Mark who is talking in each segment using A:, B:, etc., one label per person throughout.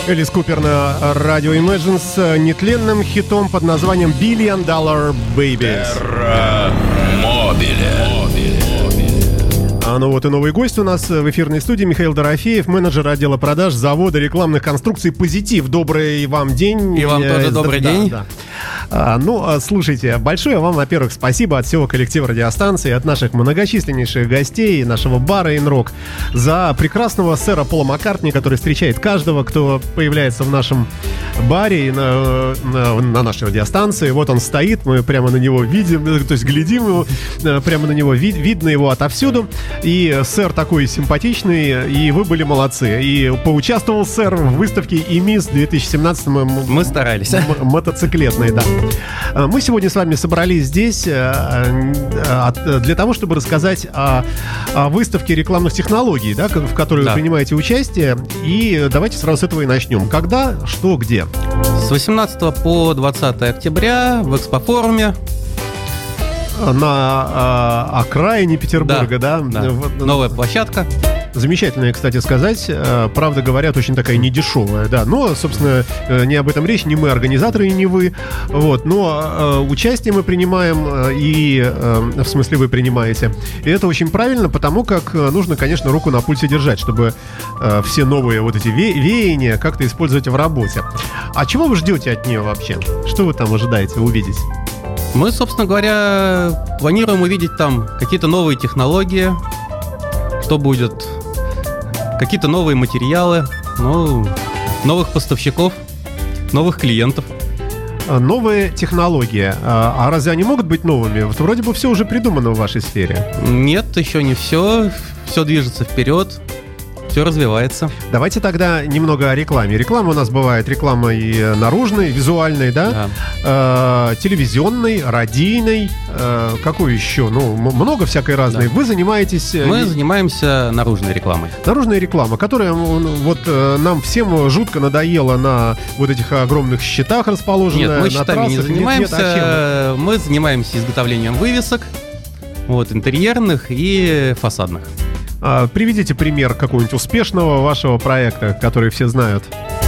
A: Элис Купер на радио Imagine с нетленным хитом под названием Billion Dollar Babies.
B: Terra Mobile.
A: Ну вот и новый гость у нас в эфирной студии Михаил Дорофеев, менеджер отдела продаж завода рекламных конструкций «Позитив». Добрый вам день.
C: И вам тоже добрый день.
A: Да. Слушайте, большое вам, во-первых, спасибо от всего коллектива радиостанции, от наших многочисленнейших гостей, нашего бара «Инрок», за прекрасного сэра Пола Маккартни, который встречает каждого, кто появляется в нашем баре и на нашей радиостанции. Вот он стоит, мы прямо на него видим, то есть глядим его, прямо на него, видно его отовсюду. И сэр такой симпатичный, и вы были молодцы. И поучаствовал сэр в выставке ИМИС 2017.
C: Мы старались.
A: Мотоциклетной, да. Мы сегодня с вами собрались здесь для того, чтобы рассказать о выставке рекламных технологий, да, в которой вы принимаете участие. И давайте сразу с этого и начнем. Когда, что, где?
C: С 18 по 20 октября в экспофоруме.
A: На окраине Петербурга, да?
C: Новая площадка.
A: Замечательная, кстати сказать. Правда, говорят, очень такая недешевая, да. Но, собственно, не об этом речь, не мы организаторы и не вы. Вот. Но участие мы принимаем, в смысле вы принимаете. И это очень правильно, потому как нужно, конечно, руку на пульсе держать, чтобы все новые вот эти веяния как-то использовать в работе. А чего вы ждете от нее вообще? Что вы там ожидаете увидеть?
C: Мы, собственно говоря, планируем увидеть там какие-то новые технологии, что будет, какие-то новые материалы, новых поставщиков, новых клиентов.
A: Новые технологии. А разве они могут быть новыми? Вот вроде бы все уже придумано в вашей сфере.
C: Нет, еще не все. Все движется вперед. Все развивается.
A: Давайте тогда немного о рекламе. Реклама у нас бывает реклама и наружной, визуальной, да? Телевизионной, радийной. Какой еще? Много всякой разной. Да. Вы занимаетесь...
C: Мы занимаемся наружной рекламой.
A: Наружная реклама, которая вот нам всем жутко надоела на вот этих огромных щитах расположенная.
C: Нет, мы
A: на
C: щитами
A: трассах.
C: не занимаемся. Мы занимаемся изготовлением вывесок, интерьерных и фасадных.
A: Приведите пример какого-нибудь успешного вашего проекта, который все знают.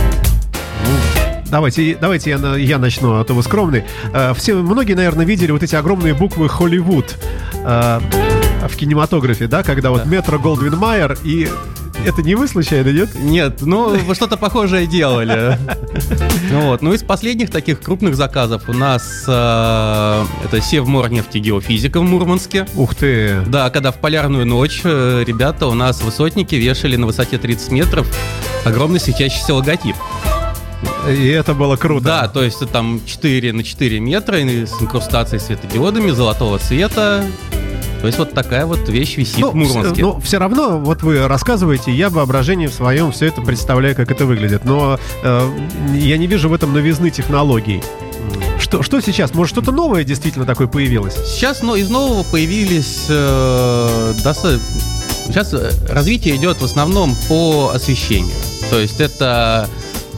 A: Давайте я начну, а то вы скромный. Многие, наверное, видели вот эти огромные буквы «Холливуд» в кинематографе, да, когда вот Метро Голдвин Майер, и это не вы случайно, нет?
C: Нет, вы что-то похожее делали. Из последних таких крупных заказов у нас это Севморнефть и Геофизика в Мурманске.
A: Ух ты!
C: Да, когда в полярную ночь ребята у нас высотники вешали на высоте 30 метров огромный светящийся логотип.
A: И это было круто.
C: Да, то есть там 4 на 4 метра с инкрустацией светодиодами золотого цвета. То есть вот такая вот вещь висит в Мурманске.
A: Но все равно, вот вы рассказываете, я в воображении в своем все это представляю, как это выглядит. Но я не вижу в этом новизны технологий. Что сейчас? Может, что-то новое действительно такое появилось?
C: Сейчас из нового появились... Сейчас развитие идет в основном по освещению. То есть это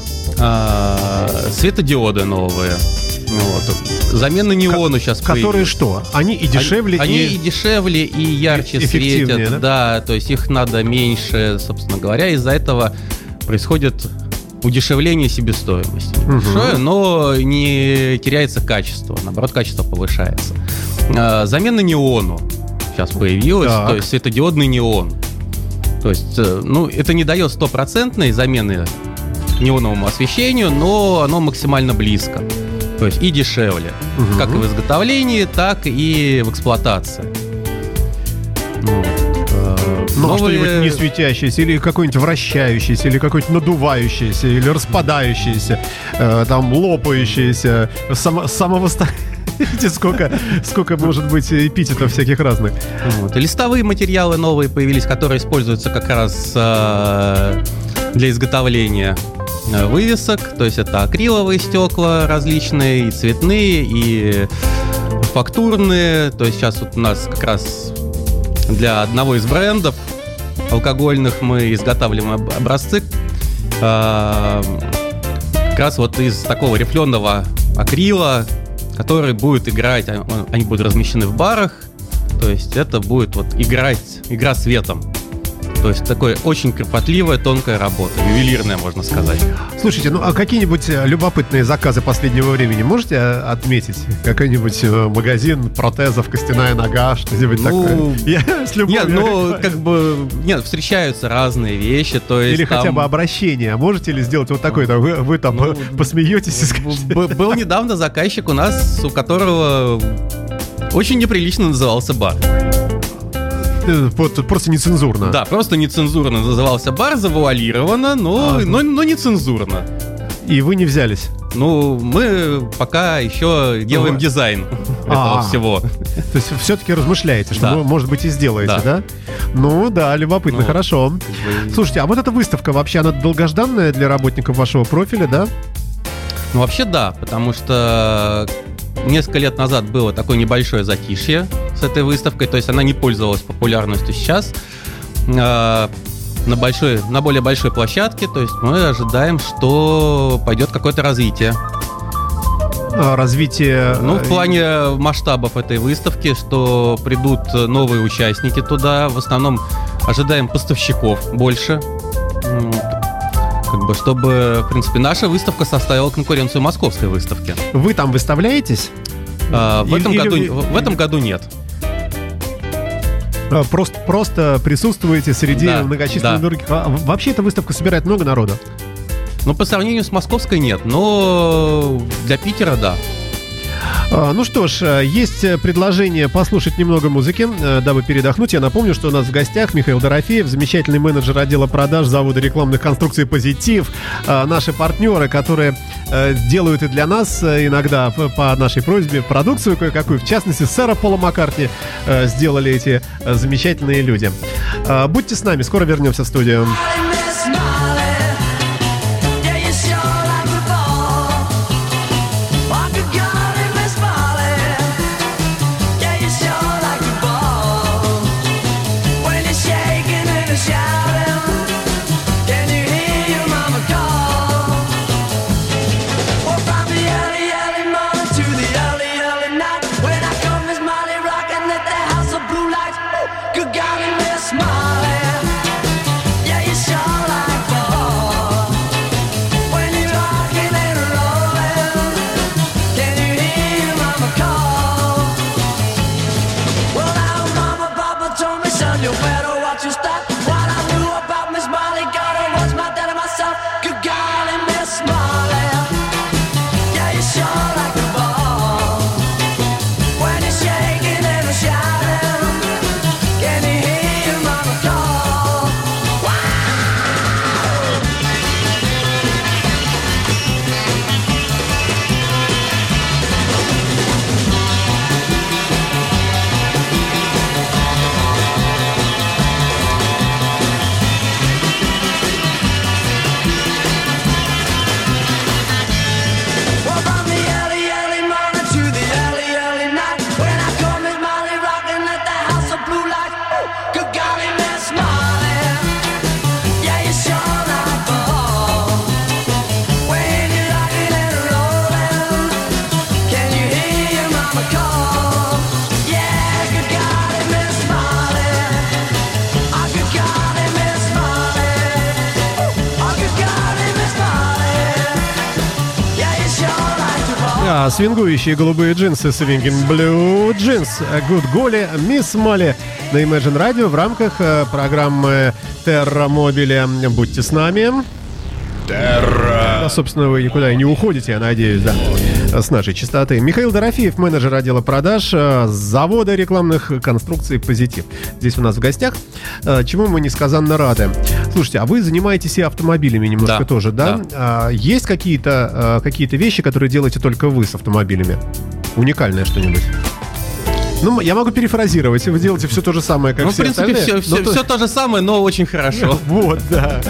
C: светодиоды новые. Замена неону сейчас
A: появилась. Которые что? Они и дешевле,
C: Они и дешевле, и ярче светят. Да, то есть их надо меньше, собственно говоря. Из-за этого происходит удешевление себестоимости. Небольшое, но не теряется качество. Наоборот, качество повышается. Замена неону сейчас появилась. То есть светодиодный неон. То есть, это не дает стопроцентной замены неоновому освещению, но оно максимально близко. То есть и дешевле. Как и в изготовлении, так и в эксплуатации.
A: Что-нибудь не светящееся, или какое-нибудь вращающееся, или какое-нибудь надувающееся, или распадающееся, там лопающееся, Видите, сколько может быть эпитетов всяких разных.
C: Листовые материалы новые появились, которые используются как раз для изготовления вывесок. То есть это акриловые стекла различные, и цветные, и фактурные. То есть сейчас у нас как раз для одного из брендов алкогольных мы изготавливаем образцы как раз из такого рифленого акрила, который будет играть, они будут размещены в барах. То есть это будет игра светом. То есть такое очень кропотливая, тонкая работа, ювелирная, можно сказать.
A: Слушайте, ну а какие-нибудь любопытные заказы последнего времени можете отметить? Какой-нибудь магазин протезов, костяная нога, что-нибудь такое?
C: Нет, встречаются разные вещи. То есть
A: или там... хотя бы обращение. Можете ли сделать вот такое? Вы там посмеетесь и скажете?
C: Был недавно заказчик у нас, у которого очень неприлично назывался бар.
A: Просто нецензурно.
C: Да, просто нецензурно назывался бар, завуалированно, но нецензурно.
A: И вы не взялись?
C: Ну, мы пока еще делаем дизайн этого всего.
A: То есть все-таки размышляете, что вы, может быть, и сделаете, да? Ну да, любопытно, хорошо. Слушайте, а вот эта выставка вообще, она долгожданная для работников вашего профиля, да?
C: Ну, вообще да, потому что несколько лет назад было такое небольшое затишье с этой выставкой, то есть она не пользовалась популярностью сейчас. На более большой площадке, то есть мы ожидаем, что пойдет какое-то развитие.
A: Развитие...
C: Ну, в плане масштабов этой выставки, что придут новые участники туда. В основном ожидаем поставщиков больше. Чтобы, в принципе, наша выставка составила конкуренцию московской выставке.
A: Вы там выставляетесь?
C: В этом году нет.
A: Просто присутствуете среди многочисленных других. Вообще эта выставка собирает много народа?
C: Ну, по сравнению с московской нет, но для Питера да.
A: Ну что ж, есть предложение послушать немного музыки, дабы передохнуть. Я напомню, что у нас в гостях Михаил Дорофеев, замечательный менеджер отдела продаж завода рекламных конструкций «Позитив». Наши партнеры, которые делают и для нас иногда по нашей просьбе продукцию кое-какую. В частности, сэра Пола Маккартни сделали эти замечательные люди. Будьте с нами, скоро вернемся в студию. Свингующие голубые джинсы Swinging Blue Jeans, Good Golly, Miss Molly на Imagine Radio в рамках программы Terra Mobile. Будьте с нами.
B: Terra.
A: Да, собственно, вы никуда и не уходите, я надеюсь, да, с нашей частоты. Михаил Дорофеев, менеджер отдела продаж завода рекламных конструкций «Позитив». Здесь у нас в гостях, чему мы несказанно рады. Слушайте, а вы занимаетесь и автомобилями немножко тоже, да? Да. Есть какие-то вещи, которые делаете только вы с автомобилями? Уникальное что-нибудь? Ну, я могу перефразировать. Вы делаете все то же самое, как все остальные.
C: В принципе, все то же самое, но очень хорошо.
A: Вот, да.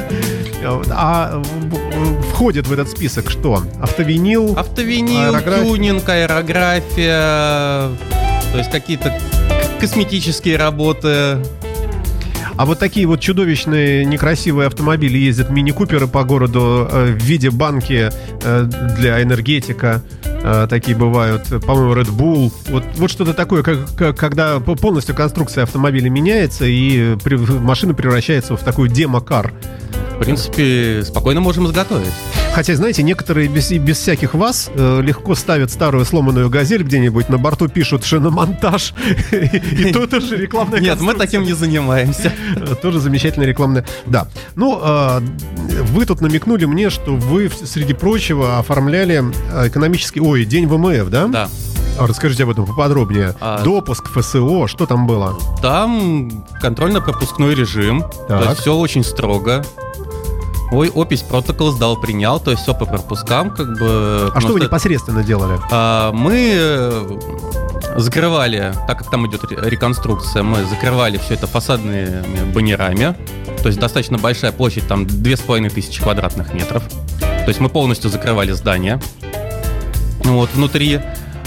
A: А входит в этот список что? Автовинил,
C: тюнинг, аэрография, то есть какие-то косметические работы.
A: А вот такие вот чудовищные, некрасивые автомобили ездят, мини-куперы по городу в виде банки для энергетика. такие бывают, по-моему, Red Bull. Вот что-то такое, когда полностью конструкция автомобиля меняется, и машина превращается в такую демо-кар.
C: В принципе, спокойно можем изготовить.
A: Хотя, знаете, некоторые без всяких вас легко ставят старую сломанную «Газель» где-нибудь, на борту пишут «шиномонтаж», и то тоже рекламная конструкция.
C: Нет, мы таким не занимаемся.
A: Тоже замечательная рекламная... Да. Ну, вы тут намекнули мне, что вы, среди прочего, оформляли экономический... День ВМФ, да?
C: Да.
A: Расскажите об этом поподробнее. Допуск, ФСО, что там было?
C: Там контрольно-пропускной режим. То есть все очень строго. Опись протокол сдал, принял, то есть все по пропускам, как бы.
A: А что вы непосредственно делали?
C: Мы закрывали, так как там идет реконструкция, мы закрывали все это фасадными баннерами. То есть достаточно большая площадь, там 2500 квадратных метров. То есть мы полностью закрывали здание. Вот, внутри.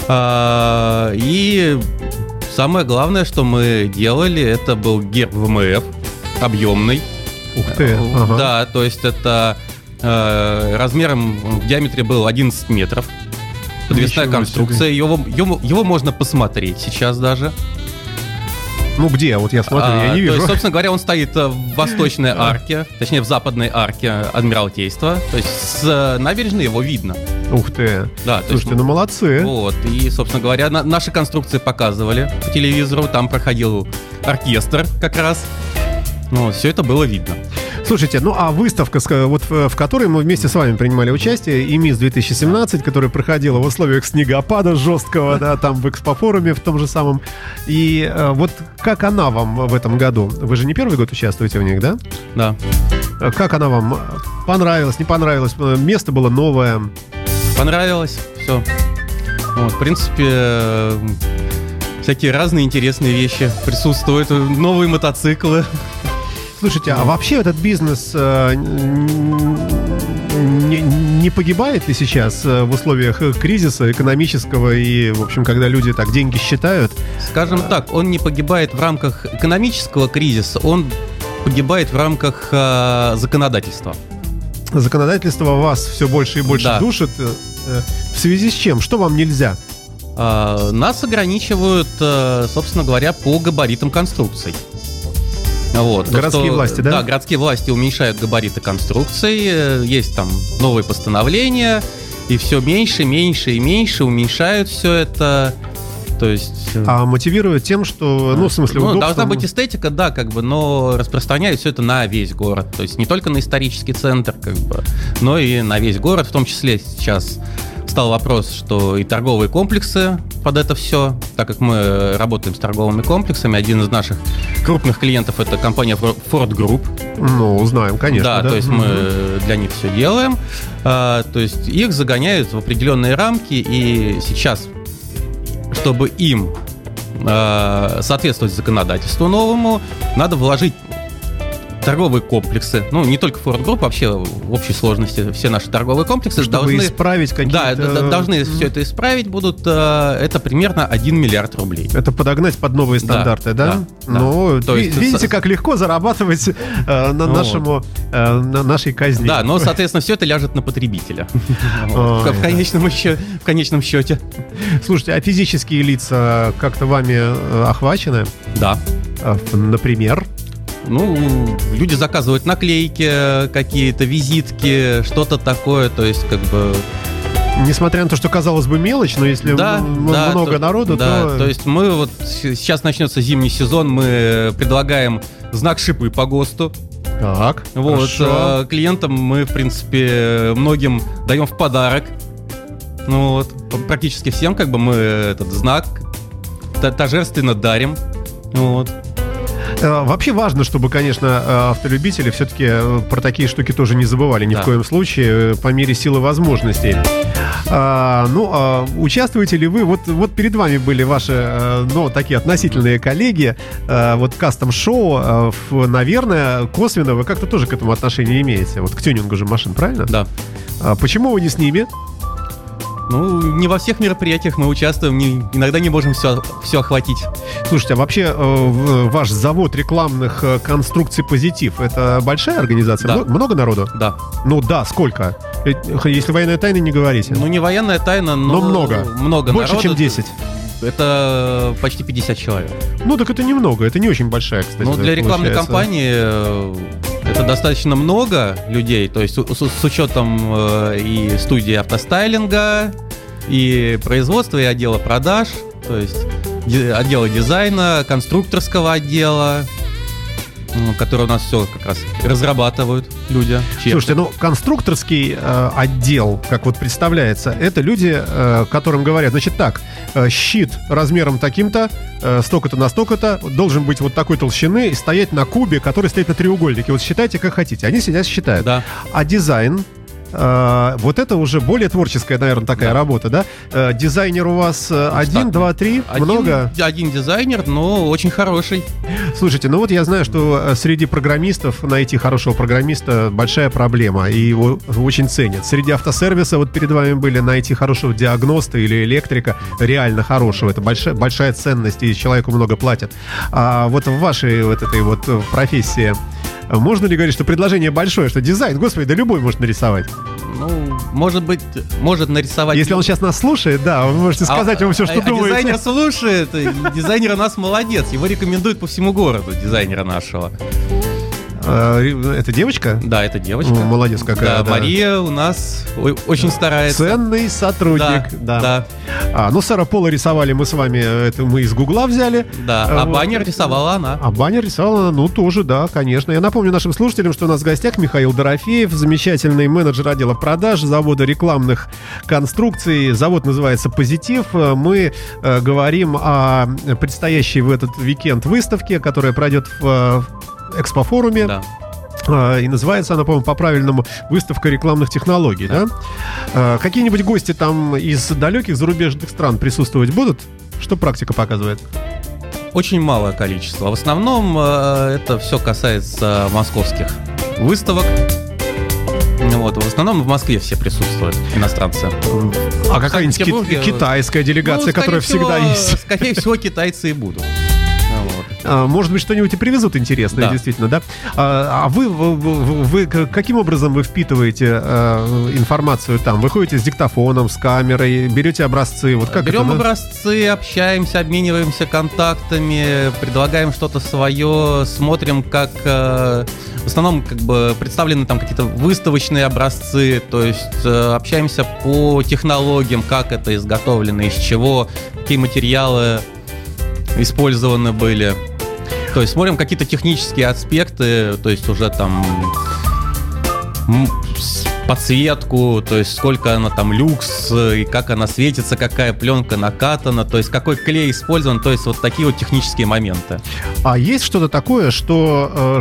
C: И самое главное, что мы делали, это был герб ВМФ, объемный.
A: Ух ты! Ага.
C: Да, то есть это размером в диаметре был 11 метров. Подвесная конструкция. Его можно посмотреть сейчас даже.
A: Ну где? Вот я смотрю, я не вижу.
C: То есть, собственно говоря, он стоит в восточной арке, точнее в западной арке Адмиралтейства. То есть с набережной его видно.
A: Ух ты!
C: Да,
A: слушайте, ну молодцы.
C: Вот, и, собственно говоря, наши конструкции показывали по телевизору. Там проходил оркестр как раз. Ну, все это было видно.
A: Слушайте, ну а выставка, вот в которой мы вместе с вами принимали участие, ИМИС 2017, которая проходила в условиях снегопада жесткого, да, там в экспофоруме в том же самом. И вот как она вам в этом году? Вы же не первый год участвуете в них, да?
C: Да.
A: Как она вам? Понравилась, не понравилась? Место было новое?
C: Понравилось, все. Вот, в принципе, всякие разные интересные вещи присутствуют, новые мотоциклы.
A: Слушайте, а вообще этот бизнес не погибает ли сейчас в условиях кризиса экономического и, в общем, когда люди так деньги считают?
C: Скажем так, он не погибает в рамках экономического кризиса, он погибает в рамках законодательства.
A: Законодательство вас все больше и больше душит. В связи с чем? Что вам нельзя?
C: Нас ограничивают, собственно говоря, по габаритам конструкций. Вот,
A: городские власти, да?
C: Да, городские власти уменьшают габариты конструкций, есть там новые постановления, и все меньше, меньше и меньше уменьшают все это. То есть...
A: А мотивируют тем, что, ну, в смысле, удобство...
C: Должна быть эстетика, да, как бы, но распространяют все это на весь город. То есть не только на исторический центр, как бы, но и на весь город. В том числе сейчас стал вопрос, что и торговые комплексы под это все, так как мы работаем с торговыми комплексами. Один из наших крупных клиентов — это компания Ford Group.
A: Ну, знаем, конечно.
C: Да, то есть мы для них все делаем. То есть их загоняют в определенные рамки, и сейчас, чтобы им соответствовать законодательству новому, надо вложить торговые комплексы, ну, не только Ford Group, вообще в общей сложности все наши торговые комплексы
A: чтобы должны исправить какие-то...
C: Да, должны все это исправить будут, это примерно 1 миллиард рублей.
A: Это подогнать под новые стандарты, да? Ну, видите, как легко зарабатывать на нашей казни.
C: Да, но, соответственно, все это ляжет на потребителя в конечном счете.
A: Слушайте, а физические лица как-то вами охвачены?
C: Да.
A: Например?
C: Ну, люди заказывают наклейки какие-то, визитки, что-то такое, то есть как бы...
A: Несмотря на то, что казалось бы мелочь, но если много народу, то...
C: То есть мы вот, сейчас начнется зимний сезон, мы предлагаем знак шипы по ГОСТу.
A: Так,
C: вот, клиентам мы, в принципе, многим даем в подарок. Ну вот, практически всем как бы мы этот знак торжественно дарим. Вот.
A: Вообще важно, чтобы, конечно, автолюбители все-таки про такие штуки тоже не забывали ни в коем случае, по мере силы возможностей. Участвуете ли вы? Вот перед вами были ваши, такие относительные коллеги, вот кастом-шоу, наверное, косвенно вы как-то тоже к этому отношение имеете, вот к тюнингу же машин, правильно?
C: Да.
A: Почему вы не с ними?
C: Ну, не во всех мероприятиях мы участвуем, иногда не можем все охватить.
A: Слушайте, а вообще ваш завод рекламных конструкций «Позитив» — это большая организация?
C: Да.
A: Много народу?
C: Да.
A: Ну да, сколько? Если военная тайна, не говорите.
C: Ну, не военная тайна, но
A: много.
C: Много
A: больше,
C: народу.
A: Чем 10.
C: Это почти 50 человек.
A: Ну, так это немного, это не очень большая, кстати.
C: Ну, для рекламной кампании это достаточно много людей, то есть с учетом и студии автостайлинга, и производства, и отдела продаж, то есть отдела дизайна, конструкторского отдела, которые у нас все как раз разрабатывают люди.
A: Слушайте, ну конструкторский отдел, как вот представляется, это люди, которым говорят, значит так, щит размером таким-то, столько-то на столько-то, должен быть вот такой толщины и стоять на кубе, который стоит на треугольнике. Вот считайте, как хотите. Они сидят, считают.
C: Да.
A: А дизайн... вот это уже более творческая, наверное, такая работа, да? Дизайнер у вас 1, 2, 3, много?
C: Один дизайнер, но очень хороший.
A: Слушайте, ну вот я знаю, что среди программистов найти хорошего программиста большая проблема, и его очень ценят. Среди автосервиса, вот перед вами были, найти хорошего диагноста или электрика, реально хорошего, это большая ценность, и человеку много платят. А вот в вашей вот этой вот профессии можно ли говорить, что предложение большое, что дизайн, господи, да любой может нарисовать?
C: Ну, может быть, может нарисовать.
A: Если он сейчас нас слушает, да, вы можете сказать ему все, что думаете.
C: Дизайнер слушает, дизайнер у нас молодец, его рекомендуют по всему городу, дизайнера нашего.
A: Это девочка?
C: Да, это девочка.
A: Молодец какая.
C: Да, Мария у нас очень старается.
A: Ценный сотрудник.
C: Да.
A: Ну, Сэра Пола рисовали мы с вами, это мы из Гугла взяли.
C: Да, а баннер рисовала она.
A: А баннер рисовала она, ну, тоже, да, конечно. Я напомню нашим слушателям, что у нас в гостях Михаил Дорофеев, замечательный менеджер отдела продаж завода рекламных конструкций. Завод называется «Позитив». Мы говорим о предстоящей в этот уикенд выставке, которая пройдет в экспофоруме.
C: Да.
A: И называется она, по-моему, по-правильному «Выставка рекламных технологий». Да? Какие-нибудь гости там из далеких зарубежных стран присутствовать будут? Что практика показывает?
C: Очень малое количество. В основном это все касается московских выставок. Вот, в основном в Москве все присутствуют, иностранцы.
A: А какая-нибудь китайская делегация, которая всегда есть?
C: Скорее всего, китайцы и будут.
A: Может быть, что-нибудь и привезут интересное, да. Действительно, да? А вы каким образом вы впитываете информацию там? Вы ходите с диктофоном, с камерой, берете образцы? Вот как
C: берем образцы, общаемся, обмениваемся контактами, предлагаем что-то свое, смотрим, как в основном как бы представлены там какие-то выставочные образцы, то есть общаемся по технологиям, как это изготовлено, из чего, какие материалы использованы были. То есть смотрим какие-то технические аспекты, то есть уже там подсветку, то есть сколько она там люкс, и как она светится, какая пленка накатана, то есть какой клей использован, то есть вот такие вот технические моменты.
A: А есть что-то такое, что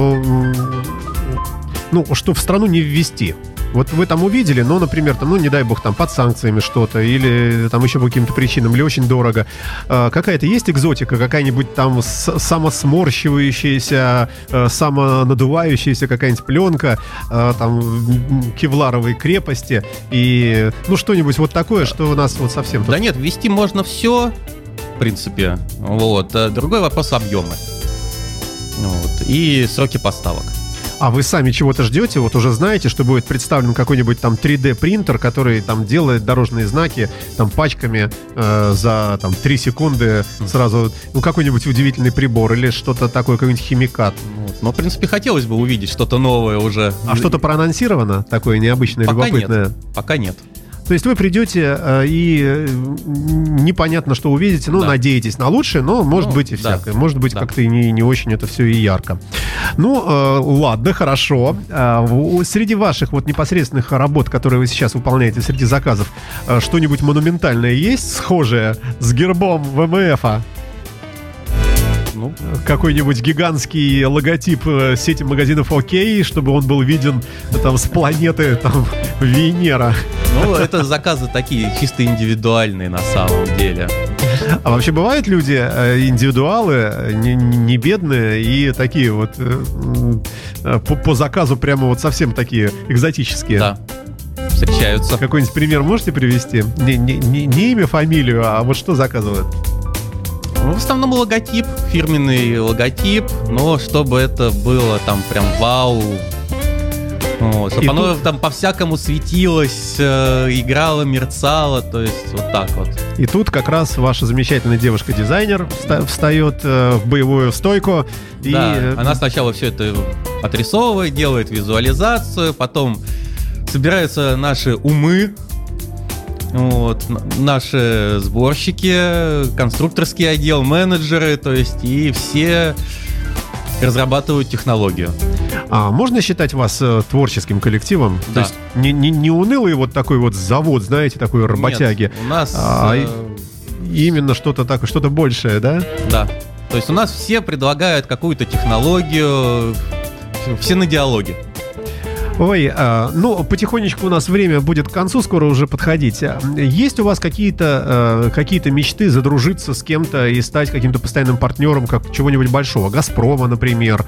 A: в страну не ввести? Вот вы там увидели, ну, например, там, ну, не дай бог, там, под санкциями что-то, или там еще по каким-то причинам, или очень дорого. Какая-то есть экзотика, какая-нибудь там самосморщивающаяся, самонадувающаяся какая-нибудь пленка, там, кевларовой крепости, и, ну, что-нибудь вот такое, что у нас вот совсем...
C: Да нет, ввести можно все, в принципе, вот. Другой вопрос — объемы. Вот. И сроки поставок.
A: А вы сами чего-то ждете? Вот уже знаете, что будет представлен какой-нибудь там 3D-принтер, который там делает дорожные знаки там пачками за там 3 секунды сразу, ну, какой-нибудь удивительный прибор или что-то такое, какой-нибудь химикат.
C: Вот. Ну, в принципе, хотелось бы увидеть что-то новое уже.
A: А что-то проанонсировано? Такое необычное,
C: пока
A: любопытное?
C: Нет. Пока нет.
A: То есть вы придете и непонятно, что увидите, ну, да. Надеетесь на лучшее, но может быть и всякое. Да. Может быть, да. Как-то и не очень это все и ярко. Ну, ладно, хорошо. Среди ваших вот непосредственных работ, которые вы сейчас выполняете, среди заказов, что-нибудь монументальное есть, схожее с гербом ВМФ-а? Ну, какой-нибудь гигантский логотип сети магазинов «Окей», чтобы он был виден там с планеты там Венера.
C: Ну, это заказы такие чисто индивидуальные на самом деле.
A: А вообще бывают люди, индивидуалы, не бедные и такие вот по заказу прямо вот совсем такие экзотические?
C: Да, встречаются.
A: Какой-нибудь пример можете привести? Не имя, фамилию, а вот что заказывают?
C: Ну, в основном логотип, фирменный логотип, но чтобы это было там прям вау, Вот, чтобы оно там по-всякому светилось, играло, мерцало, то есть вот так вот.
A: И тут как раз ваша замечательная девушка-дизайнер встает в боевую стойку.
C: Да, она сначала все это отрисовывает, делает визуализацию, потом собираются наши умы, вот, наши сборщики, конструкторский отдел, менеджеры, то есть и все разрабатывают технологию.
A: А можно считать вас творческим коллективом?
C: Да.
A: То есть не унылый вот такой вот завод, знаете, такой работяги.
C: Нет, у нас
A: именно что-то такое, что-то большее, да?
C: Да. То есть у нас все предлагают какую-то технологию, все на диалоге.
A: Ой, ну, потихонечку у нас время будет к концу скоро уже подходить. Есть у вас какие-то мечты задружиться с кем-то и стать каким-то постоянным партнером, как чего-нибудь большого? «Газпрома», например,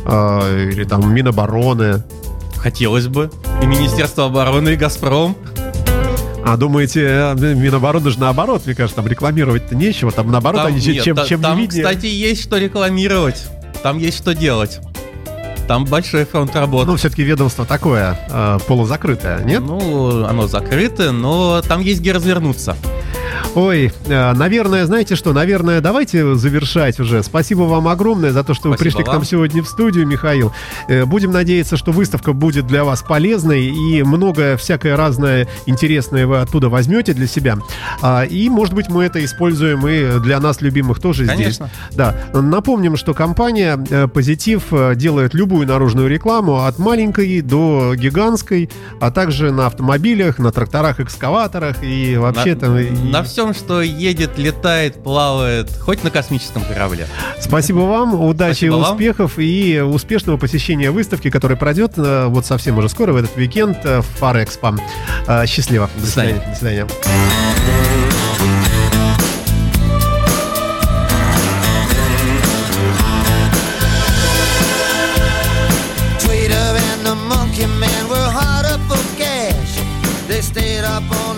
A: или там Минобороны?
C: Хотелось бы. И Министерство обороны, и «Газпром».
A: А думаете, Минобороны же наоборот, мне кажется, там рекламировать-то нечего, там наоборот
C: там,
A: они чем
C: там,
A: не виднее.
C: Кстати, есть что рекламировать, там есть что делать. Там большой фронт работы.
A: Ну, все-таки ведомство такое, полузакрытое, нет?
C: Ну, оно закрыто, но там есть где развернуться.
A: Ой, наверное, знаете что? Наверное, давайте завершать уже. Спасибо вам огромное за то, что вы пришли к нам сегодня в студию, Михаил. Будем надеяться, что выставка будет для вас полезной и многое всякое разное интересное вы оттуда возьмете для себя. И, может быть, мы это используем и для нас, любимых, тоже.
C: Конечно.
A: Здесь. Да. Напомним, что компания «Позитив» делает любую наружную рекламу от маленькой до гигантской, а также на автомобилях, на тракторах, экскаваторах и вообще там...
C: На всем, что едет, летает, плавает, хоть на космическом корабле.
A: Спасибо вам, удачи и успехов и успешного посещения выставки, которая пройдет вот совсем уже скоро, в этот уикенд в Фарэкспо. Счастливо.
C: До свидания.
A: До свидания.
D: They stayed up all